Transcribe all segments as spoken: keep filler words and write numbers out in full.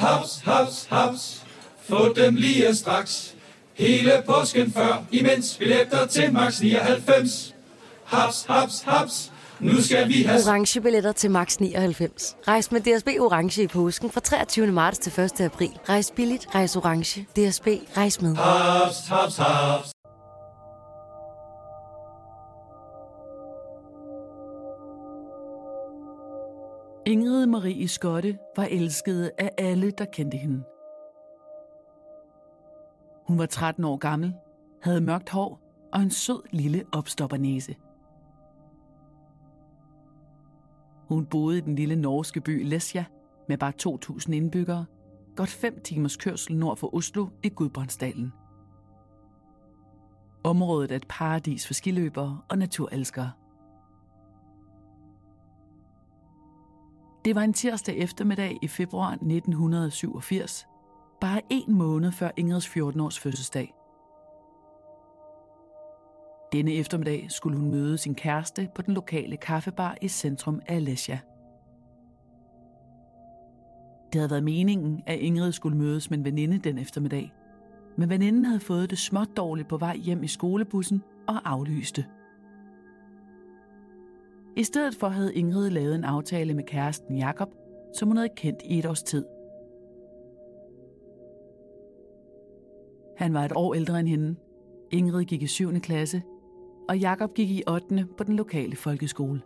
Haps, haps, haps. Få dem lige straks. Hele påsken før, imens billetter til max nioghalvfems. Haps, haps, haps. Nu skal vi have orange billetter til max nioghalvfems. Rejs med D S B orange i påsken fra treogtyvende marts til første april. Rejs billigt, rejs orange. D S B, rejs med. haps, haps, haps. Ingrid Marie Skotte var elsket af alle, der kendte hende. Hun var tretten år gammel, havde mørkt hår og en sød lille opstoppernæse. Hun boede i den lille norske by Lesja med bare to tusind indbyggere, godt fem timers kørsel nord for Oslo i Gudbrandsdalen. Området er et paradis for skiløbere og naturelskere. Det var en tirsdag eftermiddag i februar nitten syvogfirs, bare en måned før Ingrids fjorten-års fødselsdag. Denne eftermiddag skulle hun møde sin kæreste på den lokale kaffebar i centrum af Lesja. Det havde været meningen, at Ingrid skulle mødes med en veninde den eftermiddag, men veninden havde fået det småt dårligt på vej hjem i skolebussen og aflyste. I stedet for havde Ingrid lavet en aftale med kæresten Jakob, som hun havde kendt i et års tid. Han var et år ældre end hende. Ingrid gik i syvende klasse, og Jakob gik i ottende på den lokale folkeskole.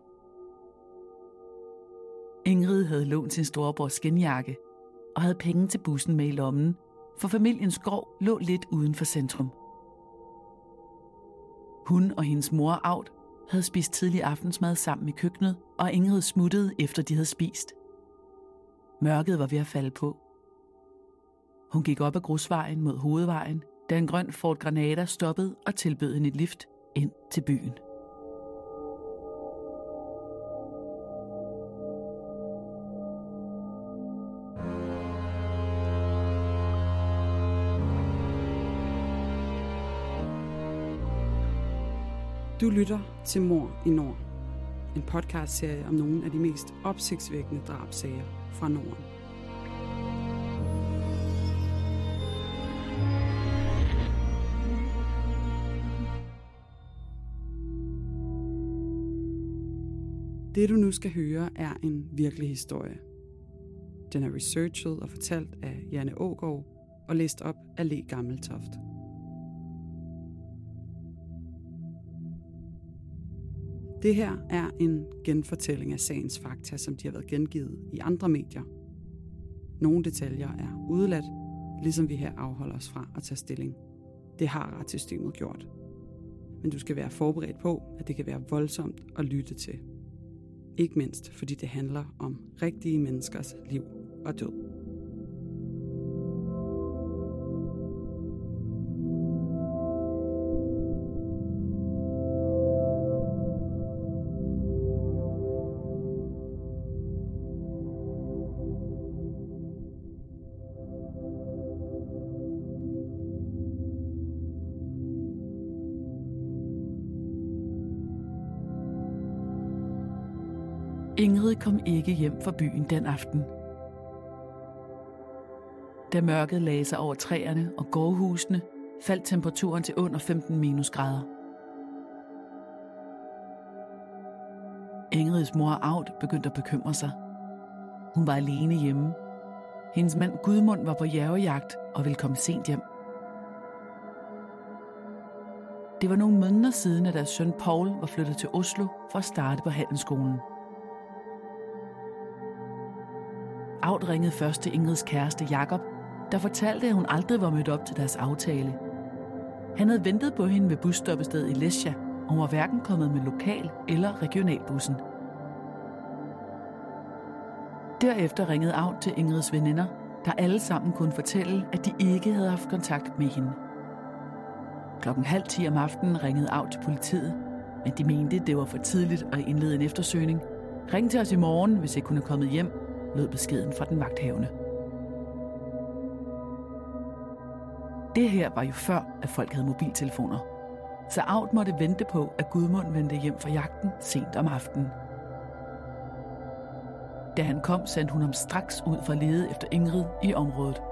Ingrid havde lånt sin storebrors skinjakke og havde penge til bussen med i lommen, for familiens gård lå lidt uden for centrum. Hun og hendes mor Aud havde spist tidlig aftensmad sammen i køkkenet, og Ingrid smuttede efter de havde spist. Mørket var ved at falde på. Hun gik op ad grusvejen mod hovedvejen, da en grøn Ford Granada stoppede og tilbød hende et lift ind til byen. Du lytter til Mord i Nord, en podcastserie om nogle af de mest opsigtsvækkende drabssager fra Norden. Det du nu skal høre er en virkelig historie. Den er researchet og fortalt af Janne Aagaard og læst op af Le Gammeltoft. Det her er en genfortælling af sagens fakta, som de har været gengivet i andre medier. Nogle detaljer er udeladt, ligesom vi her afholder os fra at tage stilling. Det har retssystemet gjort. Men du skal være forberedt på, at det kan være voldsomt at lytte til. Ikke mindst, fordi det handler om rigtige menneskers liv og død. Ingrid kom ikke hjem fra byen den aften. Da mørket lagde sig over træerne og gårdhusene, faldt temperaturen til under femten minusgrader. Ingrids mor Aud begyndte at bekymre sig. Hun var alene hjemme. Hendes mand Gudmund var på jægerjagt og ville komme sent hjem. Det var nogle måneder siden, at deres søn Paul var flyttet til Oslo for at starte på handelsskolen. Aud ringede først til Ingrids kæreste Jakob, der fortalte, at hun aldrig var mødt op til deres aftale. Han havde ventet på hende ved busstoppestedet i Lesja, og hun var hverken kommet med lokal- eller regionalbussen. Derefter ringede Aud til Ingrids veninder, der alle sammen kunne fortælle, at de ikke havde haft kontakt med hende. Klokken halv ti om aftenen ringede Aud til politiet, men de mente, det var for tidligt at indlede en eftersøgning. Ring til os i morgen, hvis I kunne komme hjem, lød beskeden fra den vagthavende. Det her var jo før, at folk havde mobiltelefoner. Så Aud måtte vente på, at Gudmund vendte hjem fra jagten sent om aftenen. Da han kom, sendte hun ham straks ud for at lede efter Ingrid i området.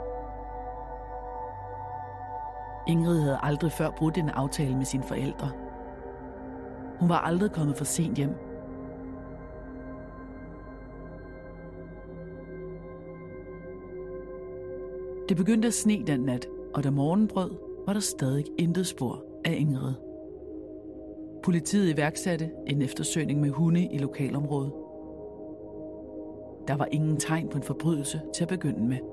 Ingrid havde aldrig før brudt en aftale med sine forældre. Hun var aldrig kommet for sent hjem. Det begyndte at sne den nat, og da morgenen brød, var der stadig intet spor af Ingrid. Politiet iværksatte en eftersøgning med hunde i lokalområdet. Der var ingen tegn på en forbrydelse til at begynde med.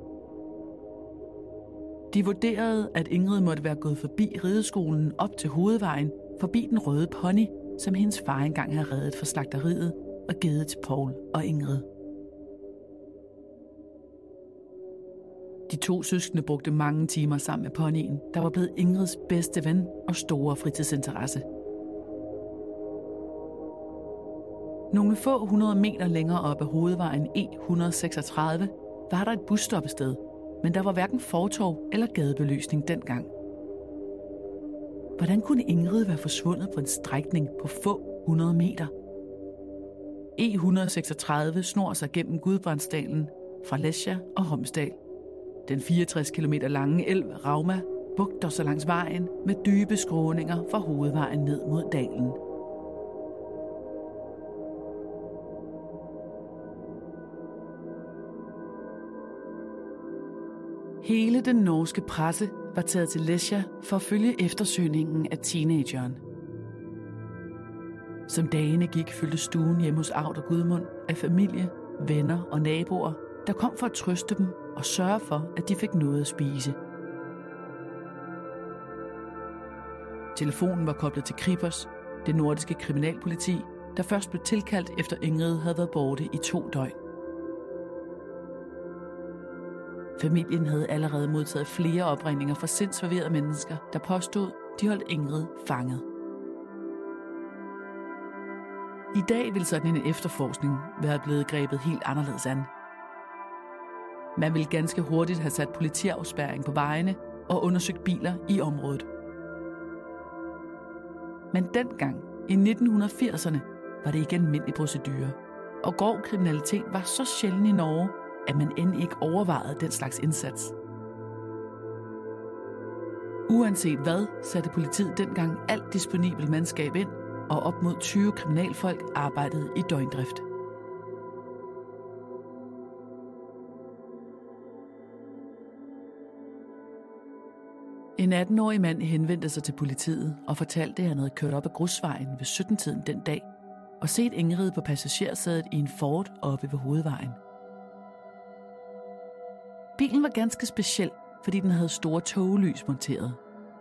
De vurderede, at Ingrid måtte være gået forbi rideskolen op til hovedvejen, forbi den røde pony, som hendes far engang havde reddet fra slagteriet og givet til Paul og Ingrid. De to søskende brugte mange timer sammen med ponyen, der var blevet Ingrids bedste ven og store fritidsinteresse. Nogle få hundrede meter længere op ad hovedvejen E et hundrede og seksogtredive var der et busstoppested, men der var hverken fortov eller gadebelysning dengang. Hvordan kunne Ingrid være forsvundet på en strækning på få hundrede meter? E et hundrede og seksogtredive snor sig gennem Gudbrandsdalen fra Lesja og Romsdal. Den fireogtres kilometer lange elv Rauma bugter sig langs vejen med dybe skråninger fra hovedvejen ned mod dalen. Hele den norske presse var taget til Lesja for at følge eftersøgningen af teenageren. Som dagene gik, fyldte stuen hjemme hos Aud og Gudmund af familie, venner og naboer, der kom for at trøste dem og sørge for, at de fik noget at spise. Telefonen var koblet til Kripos, det nordiske kriminalpoliti, der først blev tilkaldt efter Ingrid havde været borte i to døgn. Familien havde allerede modtaget flere opringninger fra sindsforvirrede mennesker, der påstod, de holdt Ingrid fanget. I dag ville sådan en efterforskning være blevet grebet helt anderledes an. Man ville ganske hurtigt have sat politiafspærring på vejene og undersøgt biler i området. Men dengang, i nitten firserne, var det ikke almindelig procedure, og grov kriminalitet var så sjælden i Norge, at man end ikke overvejede den slags indsats. Uanset hvad, satte politiet dengang alt disponibel mandskab ind, og op mod tyve kriminalfolk arbejdede i døgndrift. En atten-årig mand henvendte sig til politiet og fortalte, at han havde kørt op ad grusvejen ved sytten-tiden den dag og set Ingrid på passagersædet i en Ford oppe ved hovedvejen. Bilen var ganske speciel, fordi den havde store toglys monteret.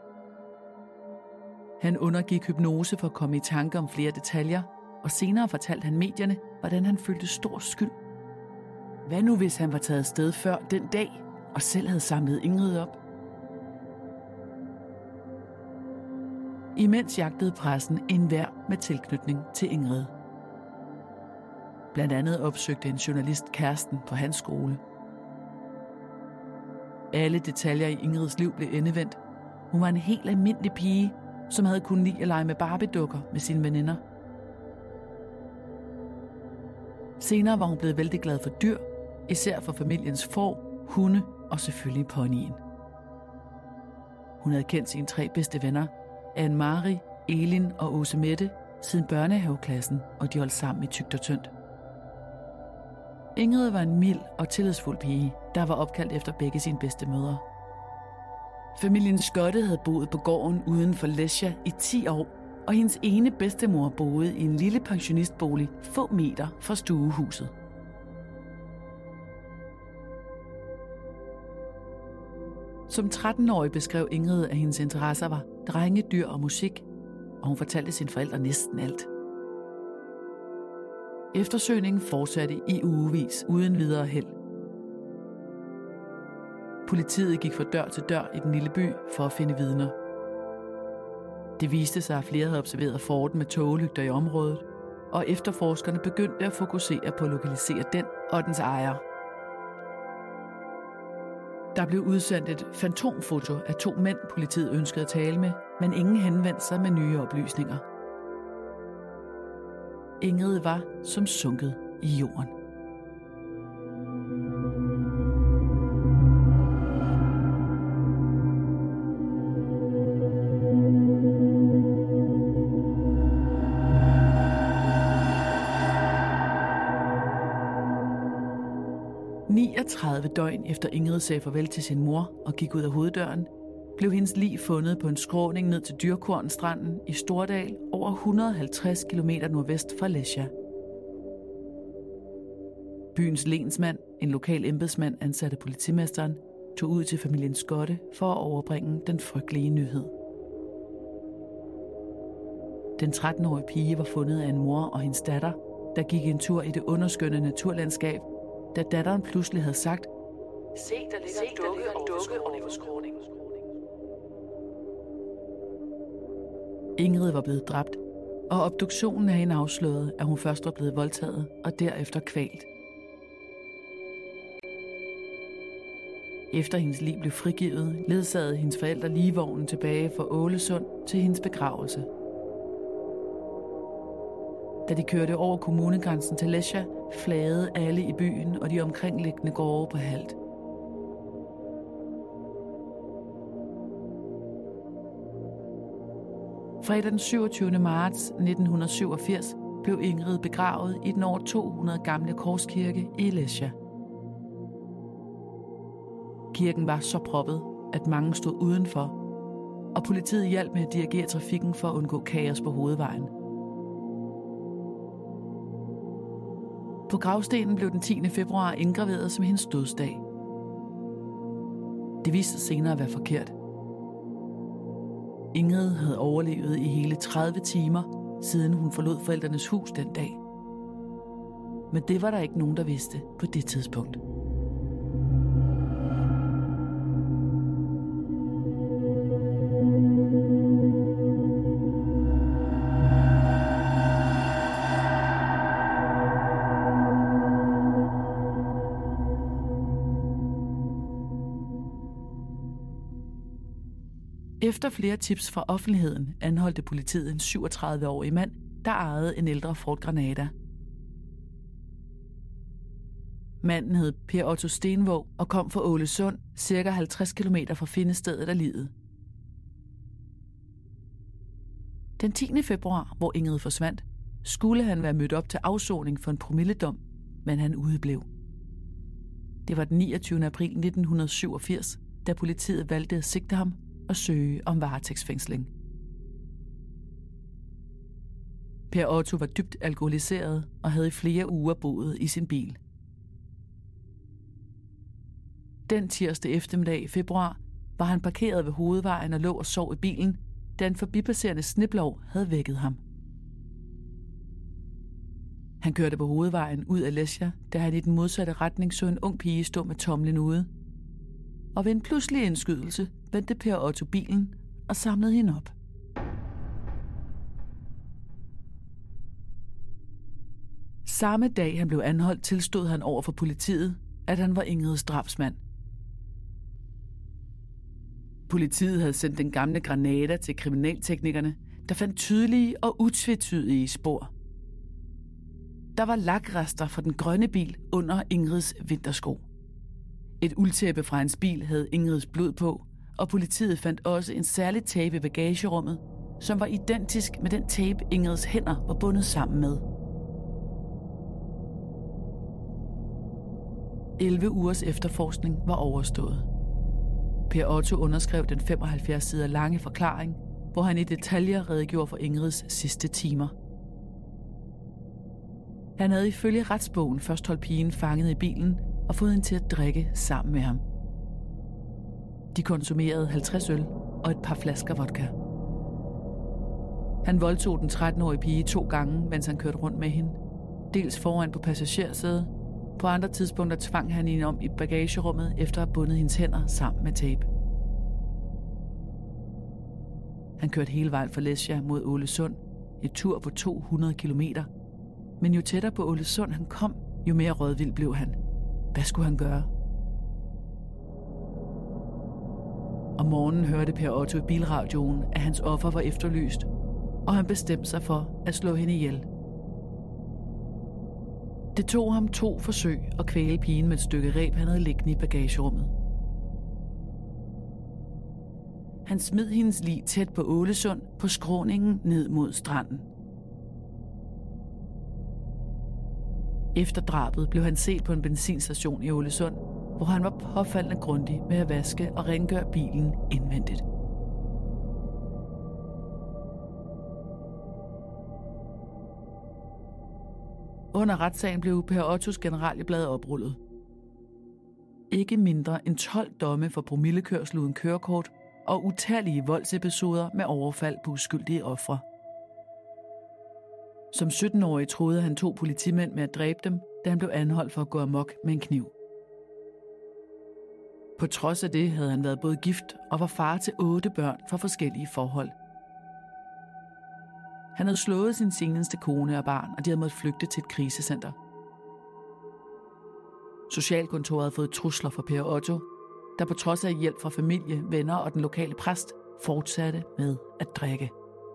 Han undergik hypnose for at komme i tanke om flere detaljer, og senere fortalte han medierne, hvordan han følte stor skyld. Hvad nu, hvis han var taget afsted før den dag, og selv havde samlet Ingrid op? Imens jagtede pressen enhver med tilknytning til Ingrid. Blandt andet opsøgte en journalist kæresten på hans skole. Alle detaljer i Ingrids liv blev endevendt. Hun var en helt almindelig pige, som havde kunnet lide at lege med Barbie-dukker med sine veninder. Senere var hun blevet vældig glad for dyr, især for familiens får, hunde og selvfølgelig ponyen. Hun havde kendt sine tre bedste venner, Anne-Marie, Elin og Åse Mette, siden børnehaveklassen, og de holdt sammen i tykt og tyndt. Ingrid var en mild og tillidsfuld pige, der var opkaldt efter begge sine bedste mødre. Familien Skotte havde boet på gården uden for Lesja i ti år, og hendes ene bedstemor boede i en lille pensionistbolig få meter fra stuehuset. Som tretten-årig beskrev Ingrid, at hendes interesser var drenge, dyr og musik, og hun fortalte sine forældre næsten alt. Eftersøgningen fortsatte i ugevis uden videre held. Politiet gik fra dør til dør i den lille by for at finde vidner. Det viste sig, at flere havde observeret Forden med toglygter i området, og efterforskerne begyndte at fokusere på at lokalisere den og dens ejer. Der blev udsendt et fantomfoto af to mænd, politiet ønskede at tale med, men ingen henvendte sig med nye oplysninger. Ingrid var som sunket i jorden. niogtredive døgn efter Ingrid sagde farvel til sin mor og gik ud af hoveddøren, blev hendes lig fundet på en skråning ned til Dyrkornstranden i Stordal over et hundrede og halvtreds kilometer nordvest fra Lesja. Byens lensmand, en lokal embedsmand, ansatte politimesteren, tog ud til familien Skotte for at overbringe den frygtelige nyhed. Den tretten-årige pige var fundet af en mor og hendes datter, der gik en tur i det underskønne naturlandskab, da datteren pludselig havde sagt: "Se, der ligger en dukke, en dukke over skråningen." Ingrid var blevet dræbt, og obduktionen af hende afslørede, at hun først var blevet voldtaget og derefter kvalt. Efter hendes lig blev frigivet, ledsagede hendes forældre ligevognen tilbage fra Ålesund til hendes begravelse. Da de kørte over kommunegrænsen til Lesja, flagede alle i byen og de omkringliggende gårde på halvt. Fredag den syvogtyvende marts nitten syvogfirs blev Ingrid begravet i den over to hundrede gamle korskirke i Lesja. Kirken var så proppet, at mange stod udenfor, og politiet hjalp med at dirigere trafikken for at undgå kaos på hovedvejen. På gravstenen blev den tiende februar indgraveret som hendes dødsdag. Det viste sig senere at være forkert. Ingrid havde overlevet i hele tredive timer, siden hun forlod forældrenes hus den dag. Men det var der ikke nogen, der vidste på det tidspunkt. Efter flere tips fra offentligheden anholdte politiet en syvogtredive-årig mand, der ejede en ældre Ford Granada. Manden hed Per Otto Stenvåg og kom fra Ålesund, cirka halvtreds kilometer fra findestedet af liget. Den tiende februar, hvor Ingrid forsvandt, skulle han være mødt op til afsoning for en promilledom, men han udeblev. Det var den niogtyvende april nitten syvogfirs, da politiet valgte at sigte ham og søge om varetægtsfængsling. Per Otto var dybt alkoholiseret og havde i flere uger boet i sin bil. Den tirsdag eftermiddag i februar var han parkeret ved hovedvejen og lå og sov i bilen, da en forbipasserende sniplov havde vækket ham. Han kørte på hovedvejen ud af Lesja, da han i den modsatte retning så en ung pige stå med tomlen ude. Og ved en pludselig indskydelse vendte Per Otto bilen og samlede hende op. Samme dag han blev anholdt, tilstod han over for politiet, at han var Ingrids drabsmand. Politiet havde sendt den gamle Granada til kriminalteknikerne, der fandt tydelige og utvetydige spor. Der var lakrester fra den grønne bil under Ingrids vintersko. Et uldtæppe fra hans bil havde Ingrids blod på, og politiet fandt også en særlig tape i bagagerummet, som var identisk med den tape, Ingrids hænder var bundet sammen med. elleve ugers efterforskning var overstået. Per Otto underskrev den femoghalvfjerds sider lange forklaring, hvor han i detaljer redegjorde for Ingrids sidste timer. Han havde ifølge retsbogen først holdt pigen fanget i bilen og fået hende til at drikke sammen med ham. De konsumerede halvtreds øl og et par flasker vodka. Han voldtog den tretten-årige pige to gange, mens han kørte rundt med hende. Dels foran på passagersædet. På andre tidspunkter tvang han hende om i bagagerummet efter at have bundet hendes hænder sammen med tape. Han kørte hele vejen fra Lesja mod Ålesund, et tur på to hundrede kilometer. Men jo tættere på Ålesund han kom, jo mere rådvild blev han. Hvad skulle han gøre? Om morgenen hørte Per Otto i bilradioen, at hans offer var efterlyst, og han bestemte sig for at slå hende ihjel. Det tog ham to forsøg at kvæle pigen med et stykke reb, han havde liggende i bagagerummet. Han smed hendes lig tæt på Ålesund på skråningen ned mod stranden. Efter drabet blev han set på en benzinstation i Ålesund, hvor han var påfaldende grundig med at vaske og rengøre bilen indvendigt. Under retssagen blev Per Ottos generalieblad oprullet. Ikke mindre end tolv domme for promillekørsel uden kørekort og utallige voldsepisoder med overfald på uskyldige ofre. Som sytten-årig troede han to politimænd med at dræbe dem, da han blev anholdt for at gå amok med en kniv. På trods af det havde han været både gift og var far til otte børn fra forskellige forhold. Han havde slået sin seneste kone og barn, og de havde måttet flygte til et krisecenter. Socialkontoret havde fået trusler fra Per Otto, der på trods af hjælp fra familie, venner og den lokale præst fortsatte med at drikke.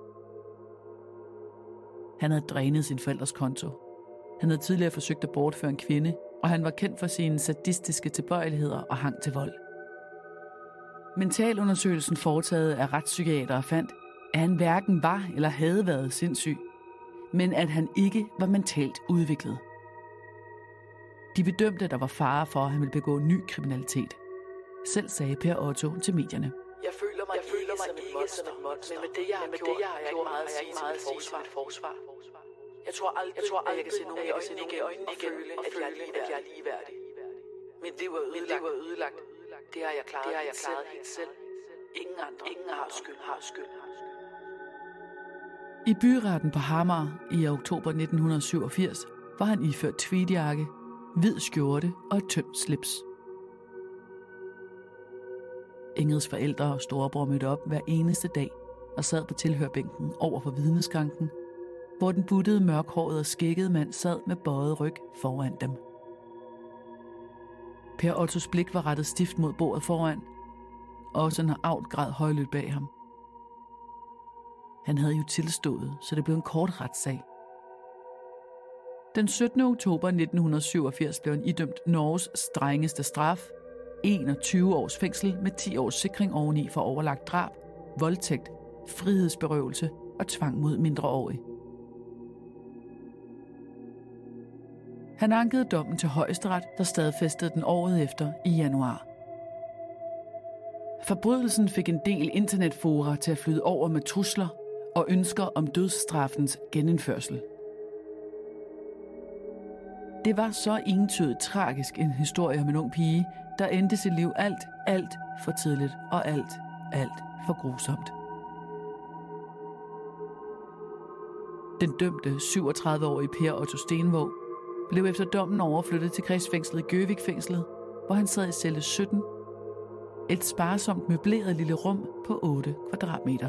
Han havde drænet sin forældres konto. Han havde tidligere forsøgt at bortføre en kvinde, og han var kendt for sine sadistiske tilbøjeligheder og hang til vold. Mentalundersøgelsen foretaget af retspsykiatere fandt, at han hverken var eller havde været sindssyg, men at han ikke var mentalt udviklet. De bedømte, at der var fare for, at han ville begå ny kriminalitet. Selv sagde Per Otto til medierne. Jeg føler mig, jeg ikke, føler mig som, ikke som et monster, men med det, jeg har, gjort, det, jeg har jeg ikke meget at sige meget til forsvar. forsvar. Jeg tror aldrig, jeg, tror aldrig, jeg kan se nogen i øjnene igen og føle, at jeg er ligeværdig. Jeg er ligeværdig. Mit liv er ødelagt. er ødelagt. Det har jeg klaret, det har jeg klaret helt selv. Ingen andre Ingen har skyld. Har skyld. I byretten på Amager i oktober nitten syvogfirs var han iført tweedjakke, hvid skjorte og et tømt slips. Ingrids forældre og storebror mødte op hver eneste dag og sad på tilhørbænken over for vidneskranken, hvor den buttede, mørkhårede og skæggede mand sad med bøjet ryg foran dem. Per Ottos blik var rettet stift mod bordet foran, og også når Aud græd højlydt bag ham. Han havde jo tilstået, så det blev en kort retssag. Den syttende oktober nitten syvogfirs blev han idømt Norges strengeste straf, enogtyve års fængsel med ti års sikring oveni for overlagt drab, voldtægt, frihedsberøvelse og tvang mod mindreårige. Han ankede dommen til Højesteret, der stadfæstede den året efter i januar. Forbrydelsen fik en del internetfora til at flyde over med trusler og ønsker om dødsstraffens genindførsel. Det var så entydigt tragisk en historie om en ung pige, der endte sit liv alt, alt for tidligt og alt, alt for grusomt. Den dømte syvogtredive-årige Per Otto Stenvåg blev efter dommen overflyttet til kredsfængslet i Gøvik-fængslet, hvor han sad i celle sytten, et sparsomt møbleret lille rum på otte kvadratmeter.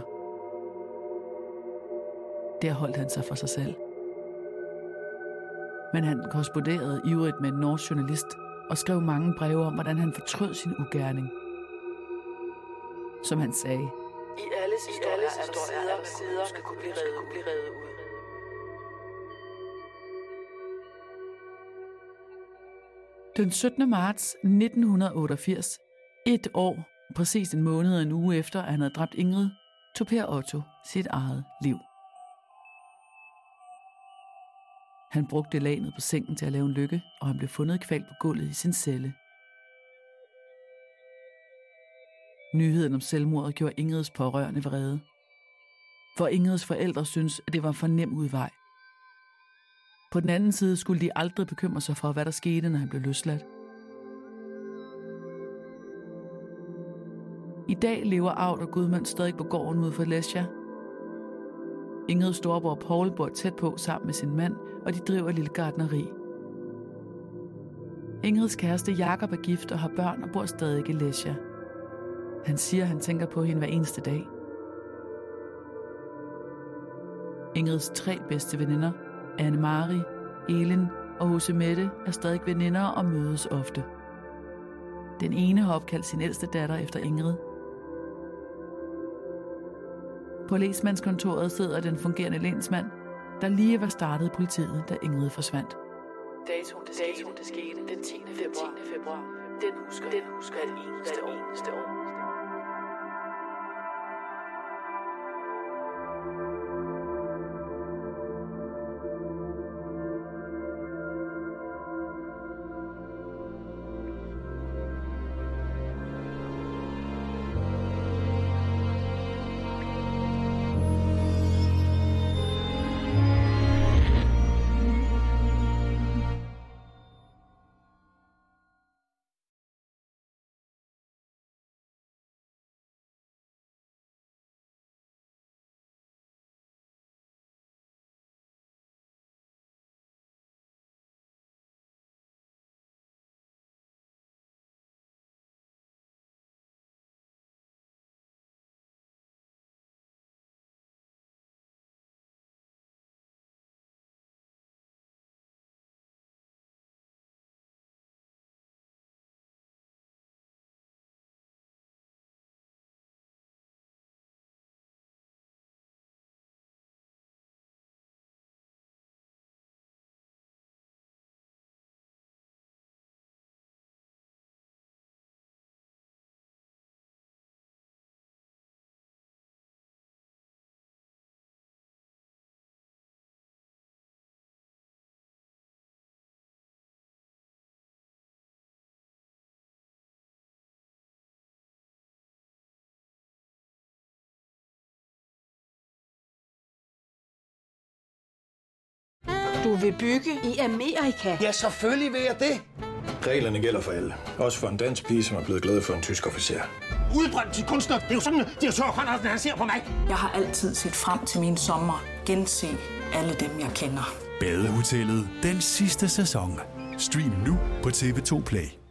Der holdt han sig for sig selv. Men han korresponderede ivrigt med en norsk journalist og skrev mange breve om, hvordan han fortrød sin ugerning. Som han sagde, I alles historier er der sider, sider skal kunne blive reddet ud. Den syttende marts nitten otteogfirs, et år, præcis en måned og en uge efter, at han havde dræbt Ingrid, tog Per Otto sit eget liv. Han brugte lagenet på sengen til at lave en lykke, og han blev fundet kvalt på gulvet i sin celle. Nyheden om selvmordet gjorde Ingrids pårørende vrede. For Ingrids forældre syntes, at det var en for nem udvej. På den anden side skulle de aldrig bekymre sig for, hvad der skete, når han blev løsladt. I dag lever Aud og Gudmund stadig på gården ude for Lesja. Ingrids storebror Paul bor tæt på sammen med sin mand, og de driver et lille gartneri. Ingrids kæreste Jakob er gift og har børn og bor stadig i Lesja. Han siger, at han tænker på hende hver eneste dag. Ingrids tre bedste veninder, Anne-Marie, Elin og Hose Mette, er stadig veninder og mødes ofte. Den ene har opkaldt sin ældste datter efter Ingrid. På læsmandskontoret sidder den fungerende lensmand, der lige var startet i politiet, da Ingrid forsvandt. Datoen, det skete, det skete den tiende februar. Den husker, den husker at eneste år. Eneste år. Du vil bygge i Amerika? Ja, selvfølgelig vil jeg det. Reglerne gælder for alle. Også for en dansk pige, som er blevet glad for en tysk officer. Udbrændt til kunstner. Det er jo sådan, at direktør Conradsen, han ser på mig. Jeg har altid set frem til min sommer. Gense alle dem, jeg kender. Badehotellet den sidste sæson. Stream nu på T V to Play.